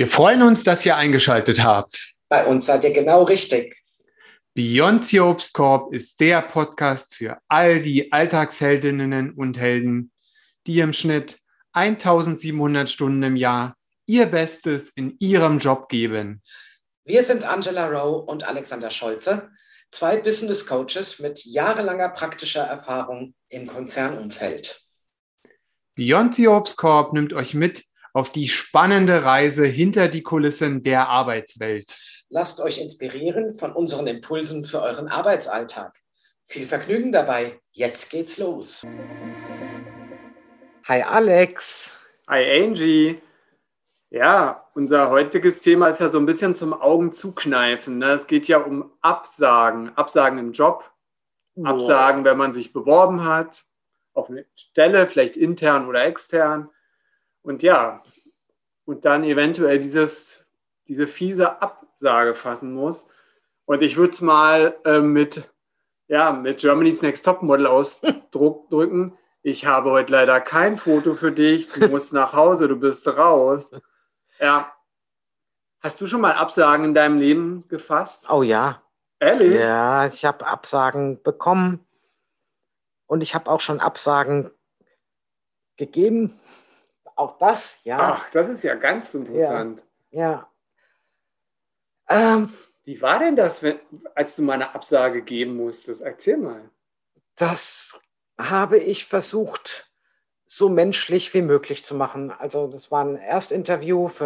Wir freuen uns, dass ihr eingeschaltet habt. Bei uns seid ihr genau richtig. Beyond the Obstkorb ist der Podcast für all die Alltagsheldinnen und Helden, die im Schnitt 1700 Stunden im Jahr ihr Bestes in ihrem Job geben. Wir sind Angela Rowe und Alexander Scholze, zwei Business Coaches mit jahrelanger praktischer Erfahrung im Konzernumfeld. Beyond the Obstkorb nimmt euch mit auf die spannende Reise hinter die Kulissen der Arbeitswelt. Lasst euch inspirieren von unseren Impulsen für euren Arbeitsalltag. Viel Vergnügen dabei. Jetzt geht's los. Hi Alex. Hi Angie. Ja, unser heutiges Thema ist ja so ein bisschen zum Augen zukneifen. Ne? Es geht ja um Absagen. Absagen im Job, Absagen, wenn man sich beworben hat, auf eine Stelle, vielleicht intern oder extern. Und ja, und dann eventuell diese fiese Absage fassen muss. Und ich würde es mal mit Germany's Next Topmodel ausdrücken. Ich habe heute leider kein Foto für dich. Du musst nach Hause, du bist raus. Ja. Hast du schon mal Absagen in deinem Leben gefasst? Oh ja. Ehrlich? Ja, ich habe Absagen bekommen und ich habe auch schon Absagen gegeben. Auch das, ja. Ach, das ist ja ganz interessant. Ja. Wie war denn das, als du mal eine Absage geben musstest? Erzähl mal. Das habe ich versucht, so menschlich wie möglich zu machen. Also das war ein Erstinterview für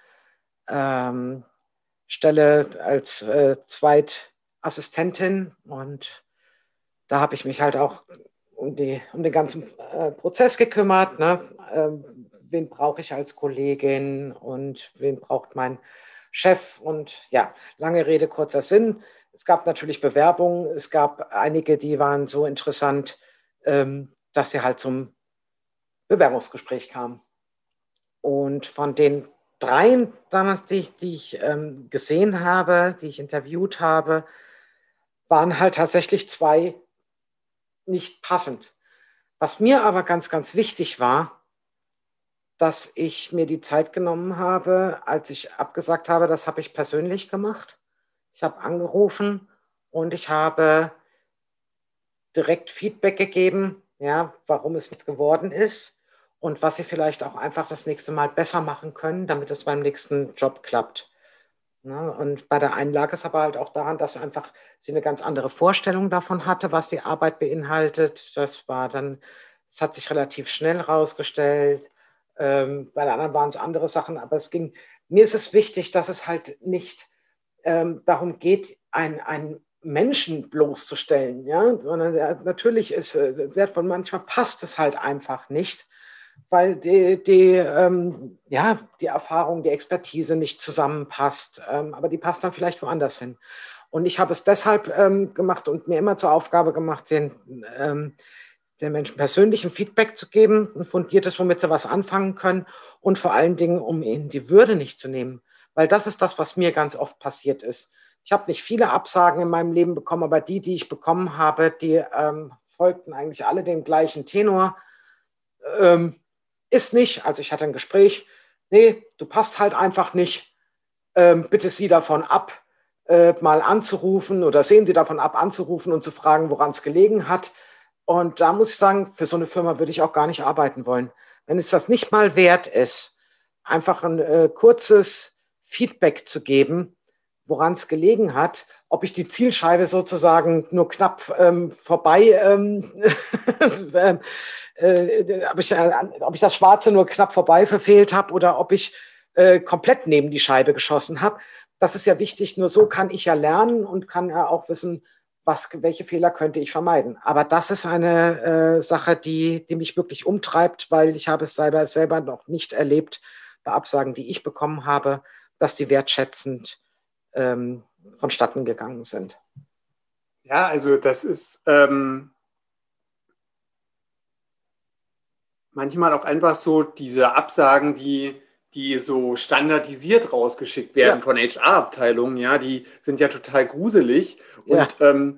eine Stelle als Zweitassistentin und da habe ich mich halt auch um den ganzen Prozess gekümmert. Ne? Wen brauche ich als Kollegin und wen braucht mein Chef? Und ja, lange Rede, kurzer Sinn. Es gab natürlich Bewerbungen. Es gab einige, die waren so interessant, dass sie halt zum Bewerbungsgespräch kamen. Und von den dreien damals, die ich gesehen habe, die ich interviewt habe, waren halt tatsächlich zwei nicht passend. Was mir aber ganz, ganz wichtig war, dass ich mir die Zeit genommen habe, als ich abgesagt habe, das habe ich persönlich gemacht. Ich habe angerufen und ich habe direkt Feedback gegeben, ja, warum es nicht geworden ist und was sie vielleicht auch einfach das nächste Mal besser machen können, damit es beim nächsten Job klappt. Ja, und bei der einen lag es aber halt auch daran, dass einfach sie eine ganz andere Vorstellung davon hatte, was die Arbeit beinhaltet. Das hat sich relativ schnell rausgestellt. Bei der anderen waren es andere Sachen, aber mir ist es wichtig, dass es halt nicht darum geht, einen Menschen bloßzustellen, ja, sondern natürlich ist wertvoll, manchmal passt es halt einfach nicht, weil die Erfahrung, die Expertise nicht zusammenpasst, aber die passt dann vielleicht woanders hin. Und ich habe es deshalb gemacht und mir immer zur Aufgabe gemacht, den Menschen persönlichen Feedback zu geben, ein fundiertes, womit sie was anfangen können und vor allen Dingen, um ihnen die Würde nicht zu nehmen. Weil das ist das, was mir ganz oft passiert ist. Ich habe nicht viele Absagen in meinem Leben bekommen, aber die ich bekommen habe, die folgten eigentlich alle dem gleichen Tenor. Ist nicht, also ich hatte ein Gespräch, nee, du passt halt einfach nicht, bitte Sie davon ab, mal anzurufen oder sehen Sie davon ab, anzurufen und zu fragen, woran es gelegen hat. Und da muss ich sagen, für so eine Firma würde ich auch gar nicht arbeiten wollen. Wenn es das nicht mal wert ist, einfach ein kurzes Feedback zu geben, woran es gelegen hat, ob ich die Zielscheibe sozusagen nur knapp vorbei, ob ich das Schwarze nur knapp vorbei verfehlt habe oder ob ich komplett neben die Scheibe geschossen habe. Das ist ja wichtig, nur so kann ich ja lernen und kann ja auch wissen, welche Fehler könnte ich vermeiden. Aber das ist eine Sache, die mich wirklich umtreibt, weil ich habe es selber noch nicht erlebt bei Absagen, die ich bekommen habe, dass die wertschätzend vonstatten gegangen sind. Ja, also das ist manchmal auch einfach so diese Absagen, die so standardisiert rausgeschickt werden von HR-Abteilungen, ja, die sind ja total gruselig. Und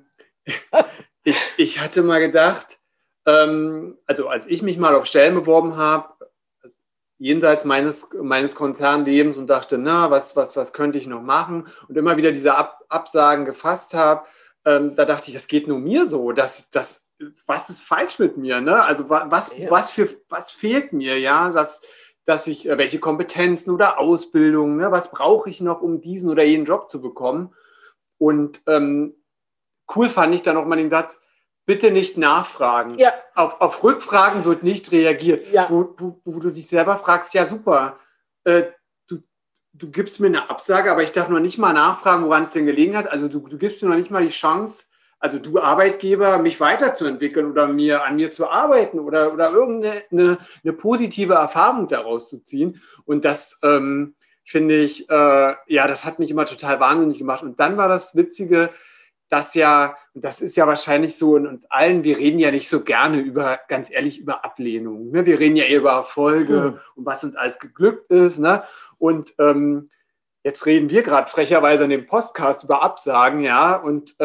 ich hatte mal gedacht, also als ich mich mal auf Stellen beworben habe, jenseits meines Konzernlebens und dachte, na, was könnte ich noch machen? Und immer wieder diese Absagen gefasst habe, da dachte ich, das geht nur mir so. Was ist falsch mit mir? Ne? Also was fehlt mir, ja? Dass ich, welche Kompetenzen oder Ausbildung, ne? Was brauche ich noch, um diesen oder jenen Job zu bekommen? Und cool fand ich dann auch mal den Satz, bitte nicht nachfragen. Ja. Auf Rückfragen wird nicht reagiert. Ja. Wo du dich selber fragst, ja super, du gibst mir eine Absage, aber ich darf noch nicht mal nachfragen, woran es denn gelegen hat. Also du gibst mir noch nicht mal die Chance, also du Arbeitgeber, mich weiterzuentwickeln oder an mir zu arbeiten oder irgendeine positive Erfahrung daraus zu ziehen. Und das finde ich, das hat mich immer total wahnsinnig gemacht. Und dann war das Witzige, das ist ja wahrscheinlich so in uns allen, wir reden ja nicht so gerne ganz ehrlich, über Ablehnung. Ne? Wir reden ja eher über Erfolge und was uns alles geglückt ist. Ne? Und jetzt reden wir gerade frecherweise in dem Podcast über Absagen, ja. Und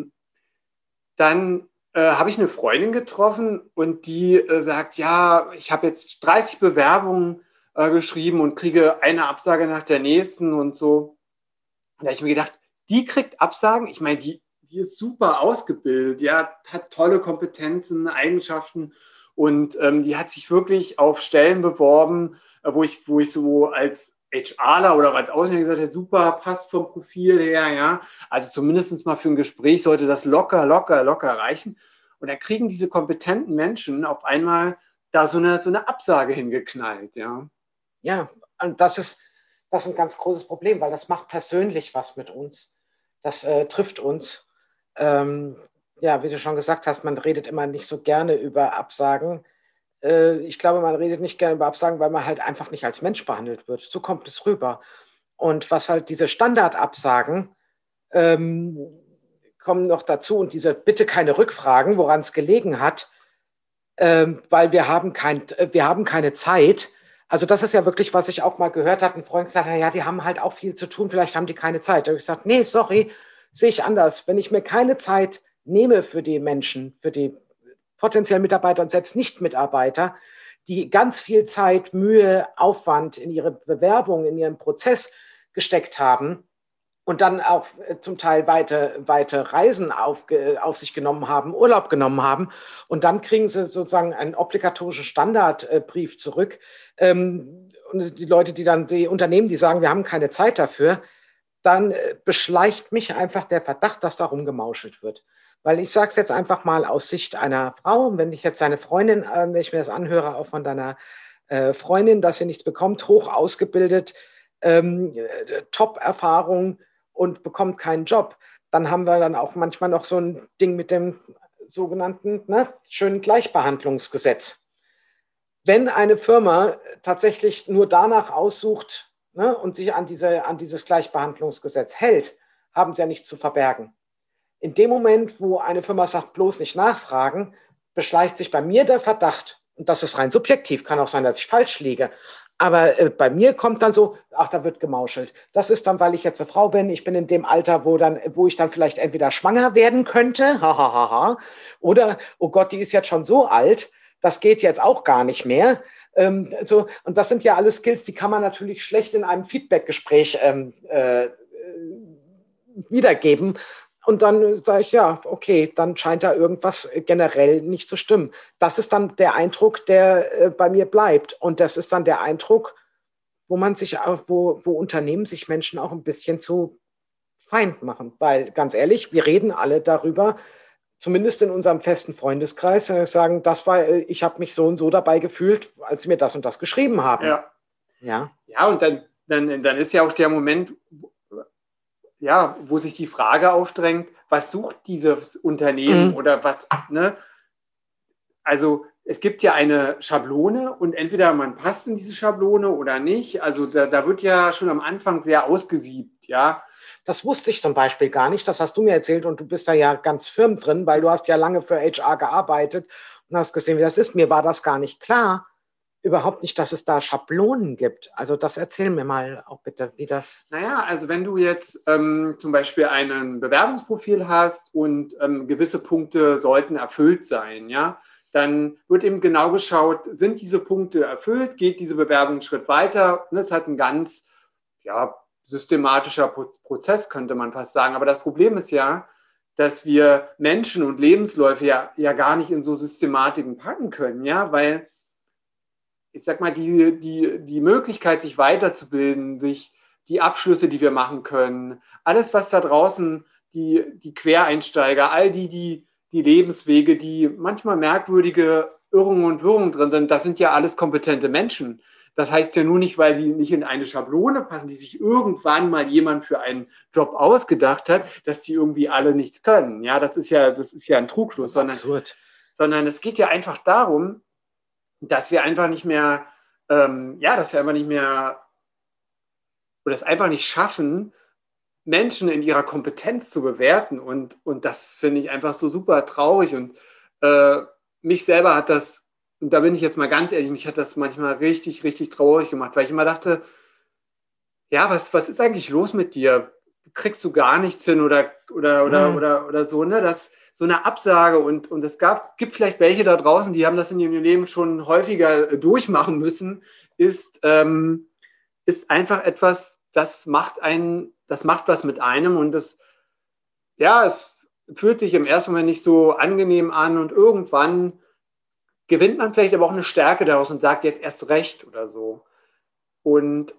dann habe ich eine Freundin getroffen und die sagt, ja, ich habe jetzt 30 Bewerbungen geschrieben und kriege eine Absage nach der nächsten und so. Und da habe ich mir gedacht, die kriegt Absagen. Ich meine, die ist super ausgebildet, ja, hat tolle Kompetenzen, Eigenschaften und die hat sich wirklich auf Stellen beworben, wo ich so als HRler oder als Ausländer gesagt hätte, super, passt vom Profil her, ja. Also zumindest mal für ein Gespräch sollte das locker reichen. Und dann kriegen diese kompetenten Menschen auf einmal da so eine Absage hingeknallt, ja. Ja, und das ist ein ganz großes Problem, weil das macht persönlich was mit uns. Das trifft uns. Wie du schon gesagt hast, man redet immer nicht so gerne über Absagen. Ich glaube, man redet nicht gerne über Absagen, weil man halt einfach nicht als Mensch behandelt wird. So kommt es rüber. Und was halt diese Standardabsagen kommen noch dazu und diese bitte keine Rückfragen, woran es gelegen hat, weil wir haben keine Zeit. Also das ist ja wirklich, was ich auch mal gehört habe. Ein Freund gesagt hat, ja, die haben halt auch viel zu tun, vielleicht haben die keine Zeit. Da habe ich gesagt, nee, sorry, sehe ich anders. Wenn ich mir keine Zeit nehme für die Menschen, für die potenziellen Mitarbeiter und selbst Nicht-Mitarbeiter, die ganz viel Zeit, Mühe, Aufwand in ihre Bewerbung, in ihren Prozess gesteckt haben und dann auch zum Teil weite Reisen auf sich genommen haben, Urlaub genommen haben und dann kriegen sie sozusagen einen obligatorischen Standardbrief zurück. Und die Leute, die Unternehmen, die sagen, wir haben keine Zeit dafür, dann beschleicht mich einfach der Verdacht, dass da rumgemauschelt wird. Weil ich sage es jetzt einfach mal aus Sicht einer Frau, wenn ich jetzt deine Freundin, wenn ich mir das anhöre, auch von deiner Freundin, dass sie nichts bekommt, hoch ausgebildet, Top-Erfahrung und bekommt keinen Job, dann haben wir dann auch manchmal noch so ein Ding mit dem sogenannten schönen Gleichbehandlungsgesetz. Wenn eine Firma tatsächlich nur danach aussucht und sich an dieses Gleichbehandlungsgesetz hält, haben sie ja nichts zu verbergen. In dem Moment, wo eine Firma sagt, bloß nicht nachfragen, beschleicht sich bei mir der Verdacht, und das ist rein subjektiv, kann auch sein, dass ich falsch liege, aber bei mir kommt dann so, ach, da wird gemauschelt. Das ist dann, weil ich jetzt eine Frau bin, ich bin in dem Alter, wo ich dann vielleicht entweder schwanger werden könnte, oder, oh Gott, die ist jetzt schon so alt, das geht jetzt auch gar nicht mehr. Und das sind ja alles Skills, die kann man natürlich schlecht in einem Feedback-Gespräch wiedergeben. Und dann sage ich, ja, okay, dann scheint da irgendwas generell nicht zu stimmen. Das ist dann der Eindruck, der bei mir bleibt. Und das ist dann der Eindruck, wo Unternehmen sich Menschen auch ein bisschen zu Feind machen. Weil ganz ehrlich, wir reden alle darüber, zumindest in unserem festen Freundeskreis, sagen, ich habe mich so und so dabei gefühlt, als sie mir das und das geschrieben haben. Ja, und dann ist ja auch der Moment, ja, wo sich die Frage aufdrängt, was sucht dieses Unternehmen oder was, ne? Also es gibt ja eine Schablone und entweder man passt in diese Schablone oder nicht. Also da wird ja schon am Anfang sehr ausgesiebt, ja. Das wusste ich zum Beispiel gar nicht, das hast du mir erzählt und du bist da ja ganz firm drin, weil du hast ja lange für HR gearbeitet und hast gesehen, wie das ist. Mir war das gar nicht klar. Überhaupt nicht, dass es da Schablonen gibt. Also das erzähl mir mal auch bitte, wie das... Naja, also wenn du jetzt zum Beispiel ein Bewerbungsprofil hast und gewisse Punkte sollten erfüllt sein, ja, dann wird eben genau geschaut, sind diese Punkte erfüllt, geht diese Bewerbung einen Schritt weiter. Und das hat ein ganz systematischer Prozess, könnte man fast sagen. Aber das Problem ist ja, dass wir Menschen und Lebensläufe ja gar nicht in so Systematiken packen können, ja, weil ich sag mal, die Möglichkeit, sich weiterzubilden, die Abschlüsse, die wir machen können, alles, was da draußen, die Quereinsteiger, all die Lebenswege, die manchmal merkwürdige Irrungen und Wirrungen drin sind, das sind ja alles kompetente Menschen. Das heißt ja nur nicht, weil die nicht in eine Schablone passen, die sich irgendwann mal jemand für einen Job ausgedacht hat, dass die irgendwie alle nichts können. Ja, das ist ja ein Trugschluss, sondern es geht ja einfach darum, dass wir einfach nicht mehr, oder es einfach nicht schaffen, Menschen in ihrer Kompetenz zu bewerten. Und das finde ich einfach so super traurig. Und mich selber hat das, und da bin ich jetzt mal ganz ehrlich, mich hat das manchmal richtig, richtig traurig gemacht, weil ich immer dachte, ja, was ist eigentlich los mit dir? Kriegst du gar nichts hin oder so, ne? Das, so eine Absage und es gibt vielleicht welche da draußen, die haben das in ihrem Leben schon häufiger durchmachen müssen, ist einfach etwas, das macht was mit einem und es fühlt sich im ersten Moment nicht so angenehm an und irgendwann gewinnt man vielleicht aber auch eine Stärke daraus und sagt jetzt erst recht oder so. Und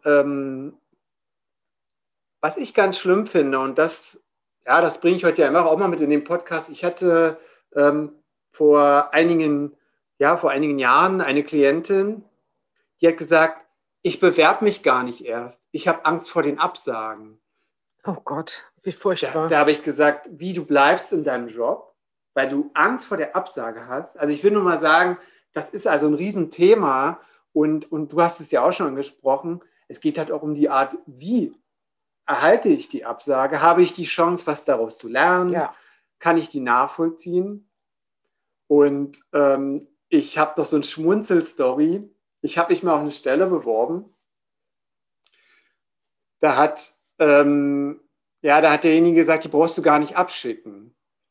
was ich ganz schlimm finde, und das bringe ich heute ja immer auch mal mit in den Podcast. Ich hatte vor einigen Jahren eine Klientin, die hat gesagt, ich bewerbe mich gar nicht erst. Ich habe Angst vor den Absagen. Oh Gott, wie furchtbar. Da habe ich gesagt, wie du bleibst in deinem Job, weil du Angst vor der Absage hast. Also ich will nur mal sagen, das ist also ein Riesenthema und du hast es ja auch schon angesprochen. Es geht halt auch um die Art, wie erhalte ich die Absage? Habe ich die Chance, was daraus zu lernen? Ja. Kann ich die nachvollziehen? Und ich habe doch so eine Schmunzelstory. Ich habe mich mal auf eine Stelle beworben. Da hat derjenige gesagt, die brauchst du gar nicht abschicken.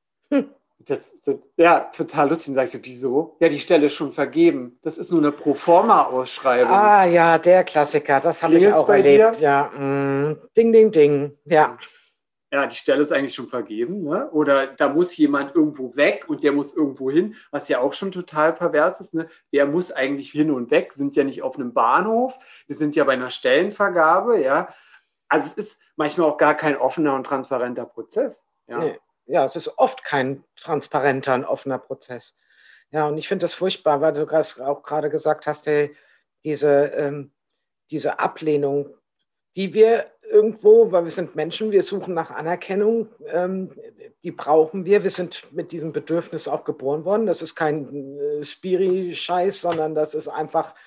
Total lustig. Dann sagst du, wieso? Ja, die Stelle ist schon vergeben. Das ist nur eine Proforma-Ausschreibung. Ah ja, der Klassiker, das habe ich auch erlebt. Ja. Ding, ding, ding. Ja. Ja, die Stelle ist eigentlich schon vergeben, ne? Oder da muss jemand irgendwo weg und der muss irgendwo hin, was ja auch schon total pervers ist. Ne? Wer muss eigentlich hin und weg? Wir sind ja nicht auf einem Bahnhof, wir sind ja bei einer Stellenvergabe, ja. Also es ist manchmal auch gar kein offener und transparenter Prozess. Ja, nee. Ja, es ist oft kein transparenter und offener Prozess. Ja, und ich finde das furchtbar, weil du auch gerade gesagt hast, diese Ablehnung, die wir irgendwo, weil wir sind Menschen, wir suchen nach Anerkennung, die brauchen wir. Wir sind mit diesem Bedürfnis auch geboren worden. Das ist kein Spiri-Scheiß, sondern das ist einfach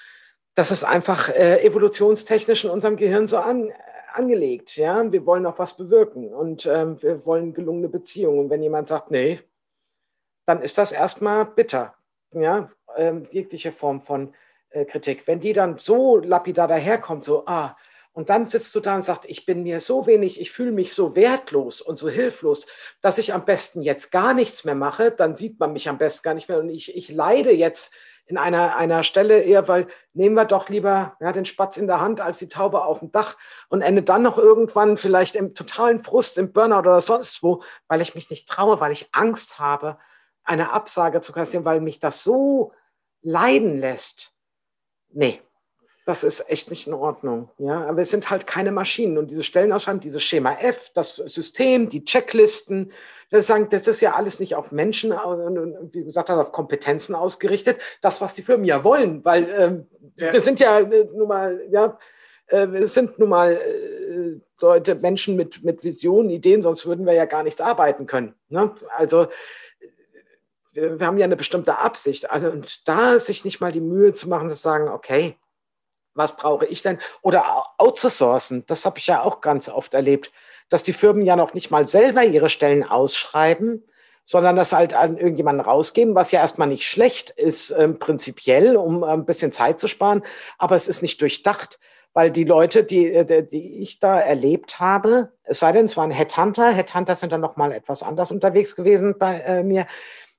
evolutionstechnisch in unserem Gehirn so angelegt. Ja? Wir wollen auch was bewirken und wir wollen gelungene Beziehungen. Und wenn jemand sagt, nee, dann ist das erstmal bitter. Ja? Jegliche Form von Kritik. Wenn die dann so lapidar daherkommt, und dann sitzt du da und sagst, ich bin mir so wenig, ich fühle mich so wertlos und so hilflos, dass ich am besten jetzt gar nichts mehr mache, dann sieht man mich am besten gar nicht mehr und ich leide jetzt in einer Stelle eher, weil nehmen wir doch lieber den Spatz in der Hand als die Taube auf dem Dach und ende dann noch irgendwann vielleicht im totalen Frust, im Burnout oder sonst wo, weil ich mich nicht traue, weil ich Angst habe, eine Absage zu kassieren, weil mich das so leiden lässt. Nee, das ist echt nicht in Ordnung. Ja? Aber es sind halt keine Maschinen. Und diese Stellenausschreibung, dieses Schema F, das System, die Checklisten, das ist ja alles nicht auf Menschen, wie gesagt, auf Kompetenzen ausgerichtet. Das, was die Firmen ja wollen, weil wir sind ja nun mal, wir sind nun mal Leute, Menschen mit Visionen, Ideen, sonst würden wir ja gar nichts arbeiten können. Ne? Also wir haben ja eine bestimmte Absicht. Also, und da sich nicht mal die Mühe zu machen, zu sagen, okay, was brauche ich denn? Oder outzusourcen, das habe ich ja auch ganz oft erlebt, dass die Firmen ja noch nicht mal selber ihre Stellen ausschreiben, sondern das halt an irgendjemanden rausgeben, was ja erstmal nicht schlecht ist, prinzipiell, um ein bisschen Zeit zu sparen, aber es ist nicht durchdacht, weil die Leute, die ich da erlebt habe, es sei denn, es waren Headhunter sind dann nochmal etwas anders unterwegs gewesen bei mir,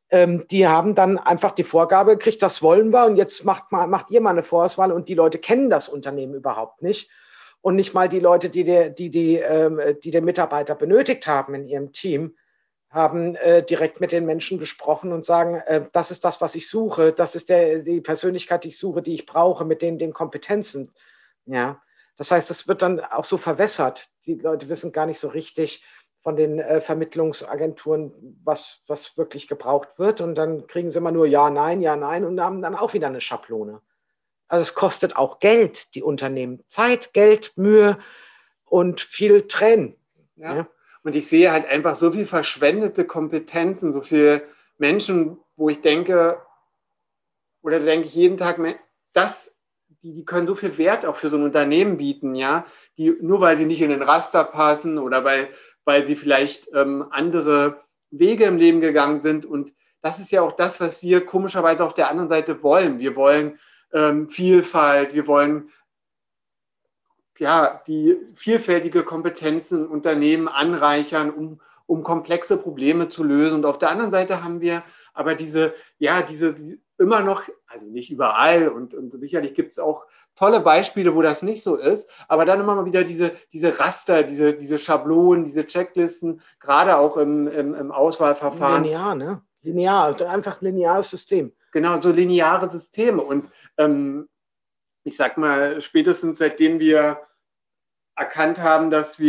Die haben dann einfach die Vorgabe gekriegt, das wollen wir und jetzt macht ihr mal eine Vorauswahl und die Leute kennen das Unternehmen überhaupt nicht. Und nicht mal die Leute, die den Mitarbeiter benötigt haben in ihrem Team, haben direkt mit den Menschen gesprochen und sagen, das ist das, was ich suche, das ist die Persönlichkeit, die ich suche, die ich brauche, mit den Kompetenzen. Ja, das heißt, es wird dann auch so verwässert. Die Leute wissen gar nicht so richtig von den Vermittlungsagenturen, was wirklich gebraucht wird. Und dann kriegen sie immer nur ja, nein und haben dann auch wieder eine Schablone. Also es kostet auch Geld, die Unternehmen. Zeit, Geld, Mühe und viel Tränen. Ja. Ja. Und ich sehe halt einfach so viel verschwendete Kompetenzen, so viele Menschen, wo ich denke, oder denke ich jeden Tag, die können so viel Wert auch für so ein Unternehmen bieten, ja, die nur weil sie nicht in den Raster passen oder weil sie vielleicht andere Wege im Leben gegangen sind. Und das ist ja auch das, was wir komischerweise auf der anderen Seite wollen. Wir wollen Vielfalt, wir wollen ja die vielfältige Kompetenzen in Unternehmen anreichern, um komplexe Probleme zu lösen. Und auf der anderen Seite haben wir aber diese immer noch, also nicht überall und sicherlich gibt es auch tolle Beispiele, wo das nicht so ist, aber dann immer mal wieder diese Raster, diese Schablonen, diese Checklisten, gerade auch im Auswahlverfahren. Linear, ne? Linear, einfach lineares System. Genau, so lineare Systeme. Und ich sag mal, spätestens seitdem wir erkannt haben, dass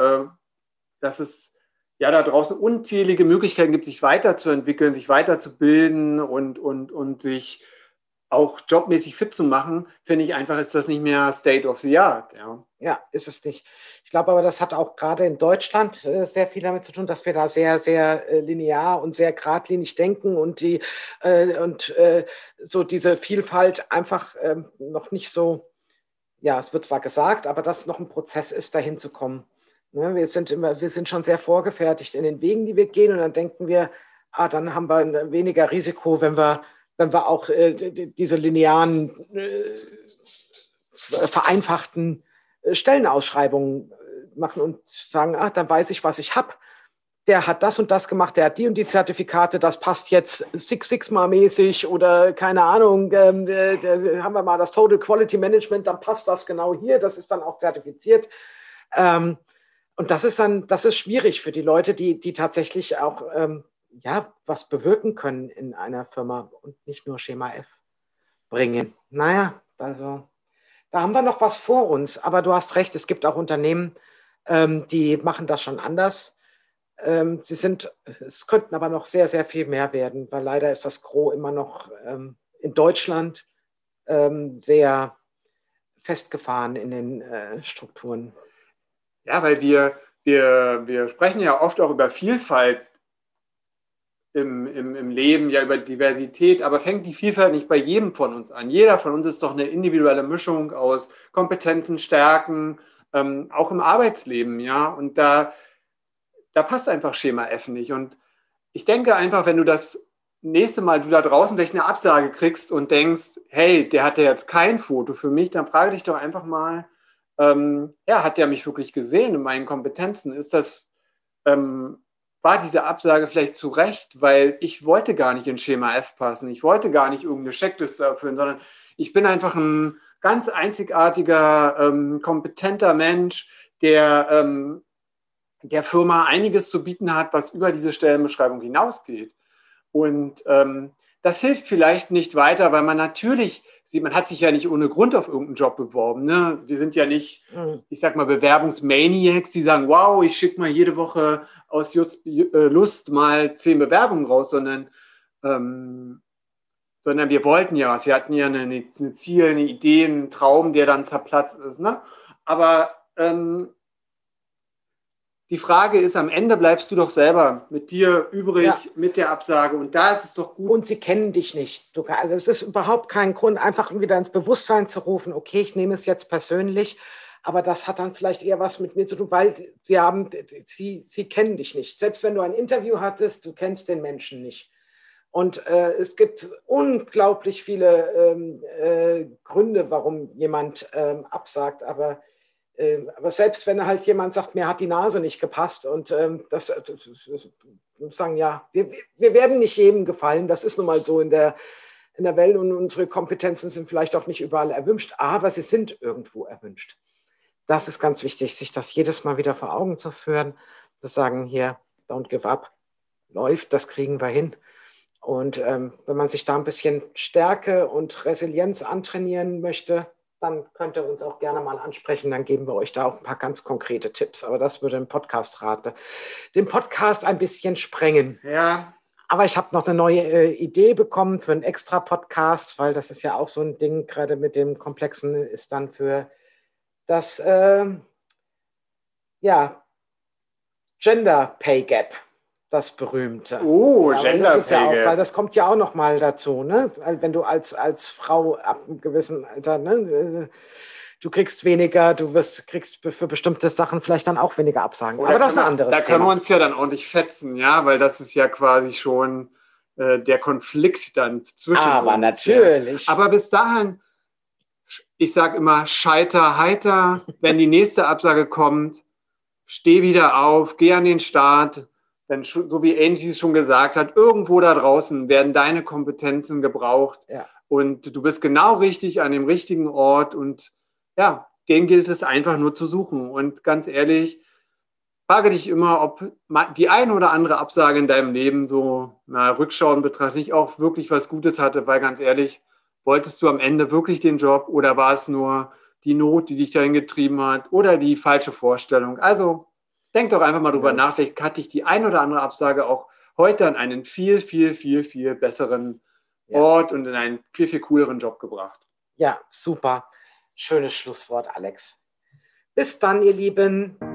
es ja da draußen unzählige Möglichkeiten gibt, sich weiterzuentwickeln, sich weiterzubilden und sich auch jobmäßig fit zu machen, finde ich einfach, ist das nicht mehr State of the Art. Ja, ist es nicht. Ich glaube aber, das hat auch gerade in Deutschland sehr viel damit zu tun, dass wir da sehr, sehr linear und sehr geradlinig denken und so diese Vielfalt einfach noch nicht so, ja, es wird zwar gesagt, aber dass noch ein Prozess ist, dahin zu kommen. Ne, wir sind schon sehr vorgefertigt in den Wegen, die wir gehen und dann denken wir, dann haben wir weniger Risiko, wenn wir auch diese linearen, vereinfachten Stellenausschreibungen machen und sagen, dann weiß ich, was ich habe. Der hat das und das gemacht, der hat die und die Zertifikate, das passt jetzt Six Sigma-mäßig oder keine Ahnung, haben wir mal das Total Quality Management, dann passt das genau hier, das ist dann auch zertifiziert. Und das ist schwierig für die Leute, die tatsächlich auch was bewirken können in einer Firma und nicht nur Schema F bringen. Naja, also da haben wir noch was vor uns, aber du hast recht, es gibt auch Unternehmen, die machen das schon anders. Es könnten aber noch sehr, sehr viel mehr werden, weil leider ist das Gros immer noch in Deutschland sehr festgefahren in den Strukturen. Ja, weil wir sprechen ja oft auch über Vielfalt im Leben, ja über Diversität, aber fängt die Vielfalt nicht bei jedem von uns an. Jeder von uns ist doch eine individuelle Mischung aus Kompetenzen, Stärken, auch im Arbeitsleben, ja. Und da passt einfach Schema F nicht. Und ich denke einfach, wenn du das nächste Mal du da draußen vielleicht eine Absage kriegst und denkst, hey, der hatte jetzt kein Foto für mich, dann frage dich doch einfach mal, hat der mich wirklich gesehen in meinen Kompetenzen? War diese Absage vielleicht zu Recht, weil ich wollte gar nicht in Schema F passen, ich wollte gar nicht irgendeine Checkliste erfüllen, sondern ich bin einfach ein ganz einzigartiger, kompetenter Mensch, der der Firma einiges zu bieten hat, was über diese Stellenbeschreibung hinausgeht. Und das hilft vielleicht nicht weiter, weil man natürlich sieht, man hat sich ja nicht ohne Grund auf irgendeinen Job beworben. Ne? Wir sind ja nicht, ich sag mal, Bewerbungsmaniacs, die sagen, wow, ich schicke mal jede Woche aus Lust mal 10 Bewerbungen raus, sondern wir wollten ja was. Wir hatten ja eine Ziel, eine Idee, einen Traum, der dann zerplatzt ist. Ne? Aber die Frage ist, am Ende bleibst du doch selber mit dir übrig, mit der Absage. Und da ist es doch gut. Und sie kennen dich nicht. Also es ist überhaupt kein Grund, einfach wieder ins Bewusstsein zu rufen, okay, ich nehme es jetzt persönlich, aber das hat dann vielleicht eher was mit mir zu tun, weil sie kennen dich nicht. Selbst wenn du ein Interview hattest, du kennst den Menschen nicht. Und es gibt unglaublich viele Gründe, warum jemand absagt, aber Aber selbst wenn halt jemand sagt, mir hat die Nase nicht gepasst und das sagen, ja, wir werden nicht jedem gefallen, das ist nun mal so in der Welt und unsere Kompetenzen sind vielleicht auch nicht überall erwünscht, aber sie sind irgendwo erwünscht. Das ist ganz wichtig, sich das jedes Mal wieder vor Augen zu führen, zu sagen, hier, don't give up, läuft, das kriegen wir hin. Und wenn man sich da ein bisschen Stärke und Resilienz antrainieren möchte, dann könnt ihr uns auch gerne mal ansprechen. Dann geben wir euch da auch ein paar ganz konkrete Tipps. Aber das würde den Podcast ein bisschen sprengen. Ja. Aber ich habe noch eine neue Idee bekommen für einen extra Podcast, weil das ist ja auch so ein Ding, gerade mit dem Komplexen, ist dann für das Gender Pay Gap. Das berühmte. Oh, ja, Gender das ist Pay ja auch, Gap. weil das kommt ja auch noch mal dazu, ne? Wenn du als Frau ab einem gewissen Alter, ne, du kriegst weniger, kriegst für bestimmte Sachen vielleicht dann auch weniger Absagen. Oder aber das ist ein anderes Thema. Da können wir uns ja dann ordentlich fetzen, ja, weil das ist ja quasi schon der Konflikt dann zwischen aber uns. natürlich. Ja. Aber bis dahin, ich sage immer, scheiter heiter, wenn die nächste Absage kommt, steh wieder auf, geh an den Start. Denn so wie Angie schon gesagt hat, irgendwo da draußen werden deine Kompetenzen gebraucht. Ja. Und du bist genau richtig an dem richtigen Ort. Und ja, den gilt es einfach nur zu suchen. Und ganz ehrlich, frage dich immer, ob die eine oder andere Absage in deinem Leben so rückschauend betrachtet nicht auch wirklich was Gutes hatte. Weil ganz ehrlich, wolltest du am Ende wirklich den Job oder war es nur die Not, die dich dahin getrieben hat oder die falsche Vorstellung? Also denk doch einfach mal drüber nach, vielleicht hat dich die ein oder andere Absage auch heute an einen viel, viel, viel, viel besseren Ort und in einen viel, viel cooleren Job gebracht. Ja, super. Schönes Schlusswort, Alex. Bis dann, ihr Lieben.